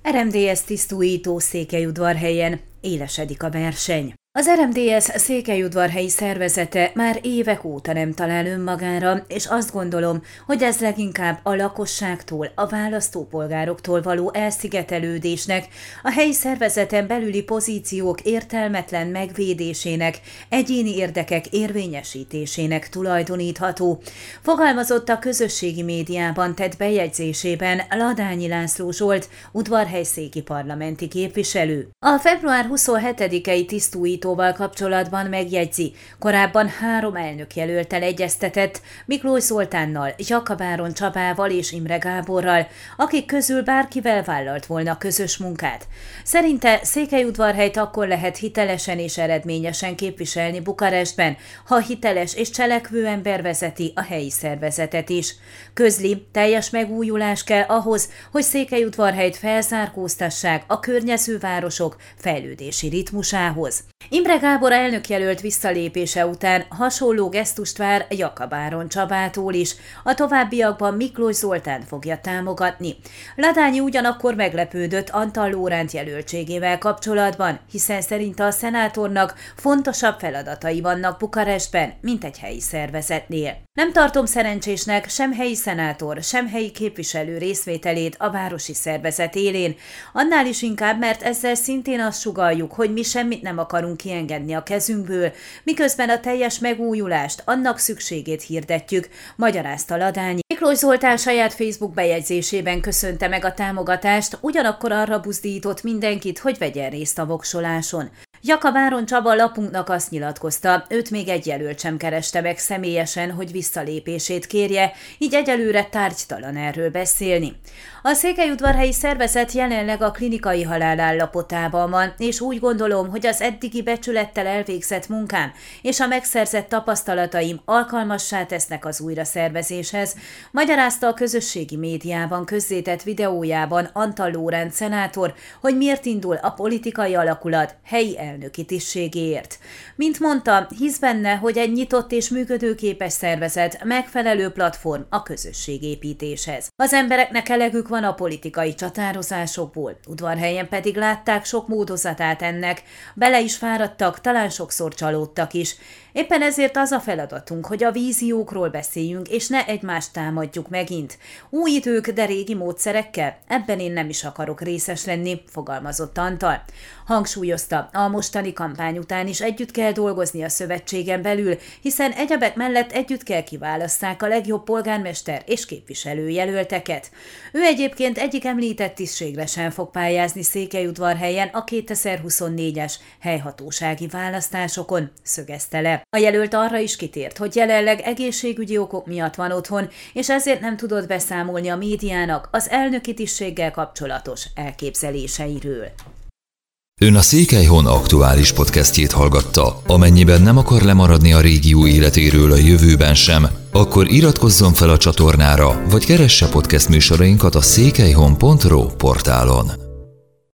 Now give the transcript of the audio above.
RMDSZ tisztújító Székelyudvarhelyen élesedik a verseny. Az RMDSZ székelyudvarhelyi szervezete már évek óta nem talál önmagára, és azt gondolom, hogy ez leginkább a lakosságtól, a választópolgároktól való elszigetelődésnek, a helyi szervezeten belüli pozíciók értelmetlen megvédésének, egyéni érdekek érvényesítésének tulajdonítható, fogalmazott a közösségi médiában tett bejegyzésében Ladányi László Zsolt, udvarhelyszéki parlamenti képviselő. A február 27-i tisztújító kapcsolatban megjegyzi, korábban 3 elnökjelölttel egyeztetett, Miklós Zoltánnal, Jakab Csabával és Imre Gáborral, akik közül bárkivel vállalt volna közös munkát. Szerinte Székelyudvarhelyt akkor lehet hitelesen és eredményesen képviselni Bukarestben, ha hiteles és cselekvő ember vezeti a helyi szervezetet is. Közli, teljes megújulás kell ahhoz, hogy Székelyudvarhelyt felzárkóztassák a környező városok fejlődési ritmusához. Imre Gábor elnökjelölt visszalépése után hasonló gesztust vár Jakab Csabától is, a továbbiakban Miklós Zoltán fogja támogatni. Ladányi ugyanakkor meglepődött Antal Lóránt jelöltségével kapcsolatban, hiszen szerinte a szenátornak fontosabb feladatai vannak Bukarestben, mint egy helyi szervezetnél. Nem tartom szerencsésnek sem helyi szenátor, sem helyi képviselő részvételét a városi szervezet élén, annál is inkább, mert ezzel szintén azt sugalljuk, hogy mi semmit nem akarunk kiengedni a kezünkből, miközben a teljes megújulást, annak szükségét hirdetjük, magyarázta Ladányi. Miklós Zoltán saját Facebook bejegyzésében köszönte meg a támogatást, ugyanakkor arra buzdított mindenkit, hogy vegyen részt a voksoláson. Jakab Csaba lapunknak azt nyilatkozta, őt még egy jelölt sem kereste meg személyesen, hogy visszalépését kérje, így egyelőre tárgytalan erről beszélni. A székelyudvarhelyi szervezet jelenleg a klinikai halál állapotában van, és úgy gondolom, hogy az eddigi becsülettel elvégzett munkám és a megszerzett tapasztalataim alkalmassá tesznek az újraszervezéshez, magyarázta a közösségi médiában közzétett videójában Antal Lóránt szenátor, hogy miért indul a politikai alakulat helyi elnöki tisztségéért. Mint mondta, hisz benne, hogy egy nyitott és működőképes szervezet megfelelő platform a közösségépítéshez. Az embereknek elegük van a politikai csatározásokból, Udvarhelyen pedig látták sok módozatát ennek, bele is fáradtak, talán sokszor csalódtak is. Éppen ezért az a feladatunk, hogy a víziókról beszéljünk, és ne egymást támadjuk megint. Új idők, de régi módszerekkel? Ebben én nem is akarok részes lenni, fogalmazott Antal. Hangsúlyozta, a mostani kampány után is együtt kell dolgozni a szövetségen belül, hiszen egyebek mellett együtt kell kiválasszák a legjobb polgármester és képviselőjelölteket. Ő egyébként egyik említett tisztségre sem fog pályázni Székelyudvarhelyen a 2024-es helyhatósági választásokon, szögezte le. A jelölt arra is kitért, hogy jelenleg egészségügyi okok miatt van otthon, és ezért nem tudott beszámolni a médiának az elnöki tisztséggel kapcsolatos elképzeléseiről. Ön a Székelyhon aktuális podcastjét hallgatta. Amennyiben nem akar lemaradni a régió életéről a jövőben sem, akkor iratkozzon fel a csatornára, vagy keresse podcast műsorainkat a székelyhon.ro portálon.